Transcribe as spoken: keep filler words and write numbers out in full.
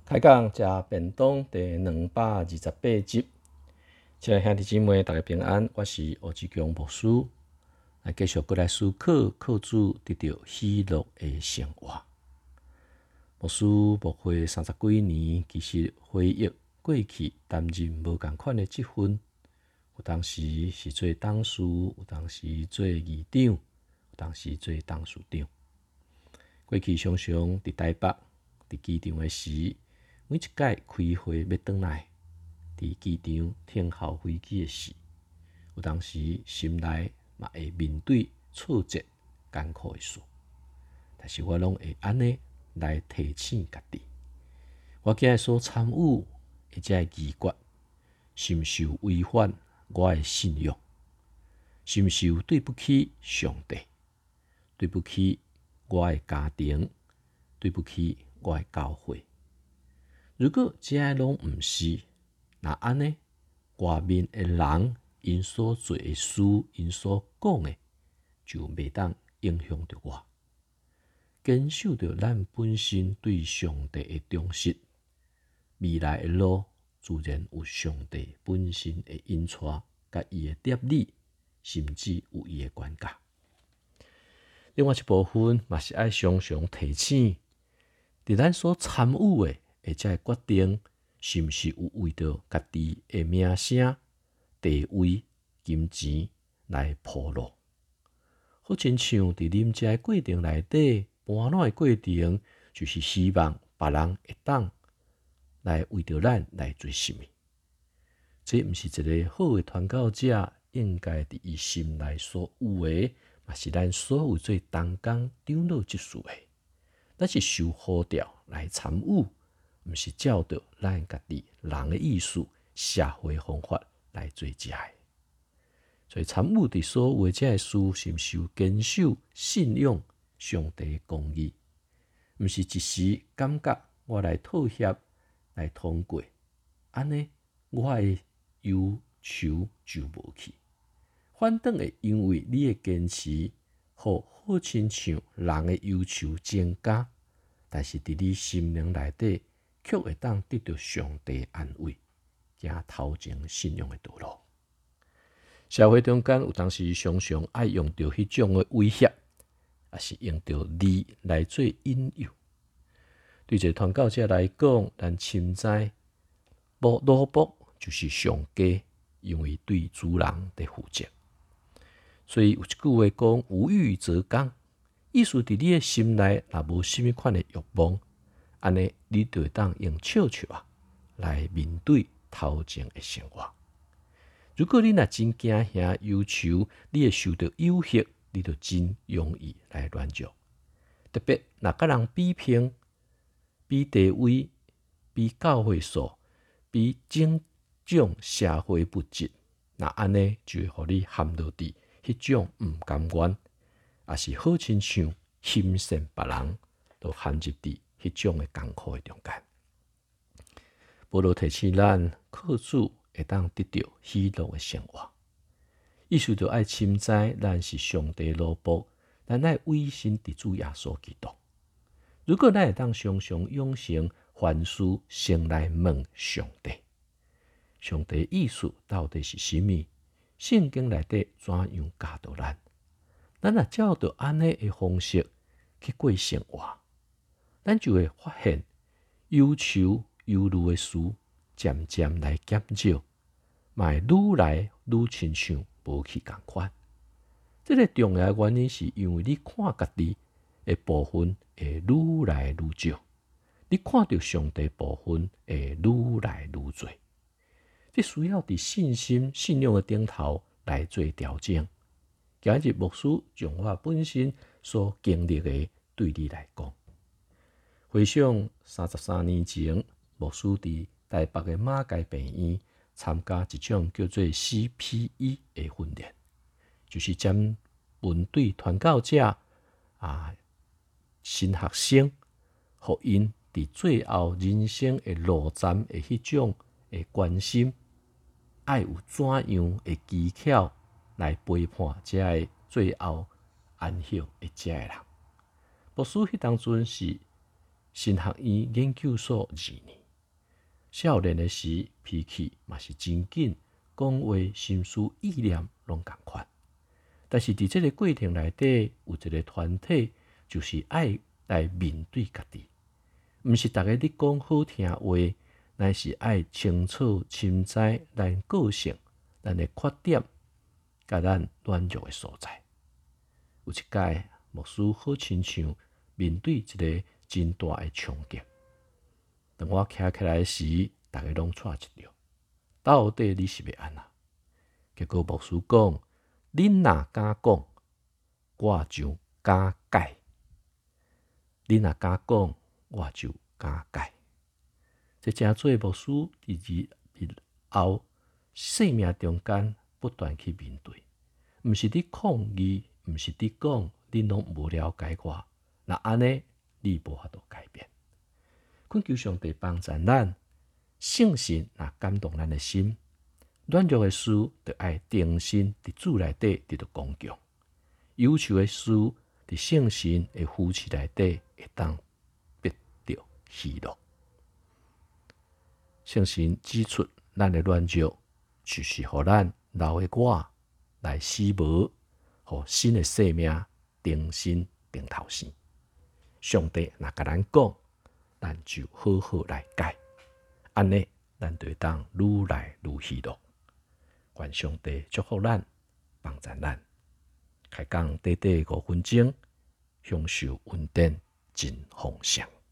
开讲食便当第两百二十八集，亲爱兄弟姊妹，大家平安，我是欧志强牧师，来继续过来思考靠主得到喜乐的生活。牧师牧会三十几年，其实回忆过去担任无共款的职分，有当时是做董事，有当时做议长，有当时做董事长。过去常常伫台北，伫机场的时，每一届开会要转来，伫机场听候飞机的时，有当时心内嘛会面对挫折、艰苦的事，但是我拢会安尼来提醒家己，我今日所参与或者议决，是毋是有违反我的信仰？是毋是有对不起上帝？对不起我的家庭？对不起我的教会？如果这些拢毋是，那安尼外面的人因所做的事，因所讲的，就袂当影响着我。坚守着咱本身对上帝的忠实，未来的路自然有上帝本身的引带，甲伊的贴理，甚至有伊的管教。另外一部分嘛是爱常常提醒，伫咱所参与的，或者决定，是毋是有为着家己的名声、地位、金钱来铺路？好亲像伫啉食的过程内底，搬烂的过程，就是希望别人会当来为着咱来做什么？这毋是一个好的传教者应该伫伊心内所有的，嘛是咱所有做同工长老执事的。咱是受呼召来参与，毋是照着咱家己人的意思、社会方法来做食的。所以参与伫所有的这些事，是毋是有坚守信仰上帝的公义？毋是一时感觉我来妥协来通过，安尼我的忧愁就无去。反倒会因为你的坚持，好好亲像人的忧愁增加，但是伫你心灵内底，却会当得到上帝的安慰，行头前信仰的道路。社会中间有当时常常爱用到迄种的威胁，也是用到利来做引诱。对一个传教者来讲，咱深知无奴仆就是上家，因为对主人的负责。所以有一句话讲：无欲则刚。意思伫你的心内，若无甚物款的欲望，安尼你就会当用笑笑啊来面对头前的生活。如果你若真惊吓忧愁，你会受到诱惑，你就真容易来软弱。特别若甲人比拼、比地位、比教会数、比种种社会物质，那安尼就会互你陷落伫迄种毋甘愿，也是好亲像欣赏别人，都陷入伫迄种的艰苦的中间。保罗提醒咱，靠主会当得到喜乐的生活，意思就爱深知咱是上帝奴仆，咱爱委身伫主耶稣基督。如果咱会当常常养成凡事先来问上帝，上帝的意思到底是什么？圣经内底怎样教导咱？咱若照着安尼的方式去过生活，咱就会发现忧愁、忧虑的事渐渐来减少，嘛会愈来愈亲像无去共款。这个重要的原因是因为你看家己的部分会愈来愈少，你看到上帝部分会愈来愈多。这需要伫信心、信仰的顶头来做调整。今日牧师将我本身所经历的对你来讲，回想三十三年前，牧师伫台北的马偕病院参加一种叫做 C P E 的训练，就是专门对传教者啊、新学生，互因伫最后人生的路站的迄种的关心，爱有怎样的技巧来陪伴这个最后安息的这个人。牧师迄当阵是神学院研究所二年。少年的时脾气嘛是真紧，讲话心思意念拢共款。但是伫这个过程内底，有一个团体，就是爱来面对家己，毋是逐个你讲好听话，乃是爱清楚深知咱个性、咱的缺点，甲咱软弱的所在。有一摆，牧师好亲像面对一个真大的冲击。当我徛起来时，大家拢错一条，到底你是要安怎？结果牧师讲：你若敢讲，我就敢改；你若敢讲，我就敢改。这正做牧师伫日后生命中间不断去面对，毋是你抗议，毋是你讲，你拢无了解我，那安尼你无法度改变。恳求上帝帮助咱，圣神若感动咱的心，软弱的事就爱定心伫主内底得到刚强，忧愁的事伫圣神的扶持内底会当得到喜乐。圣神指出咱的软弱，就是互咱老的我来死亡，互新的生命重新顶头生。上帝若甲咱讲，咱就好好来改，安尼咱就会当愈来愈喜乐。愿上帝祝福咱，帮助咱。开讲短短五分钟，享受稳定真丰盛。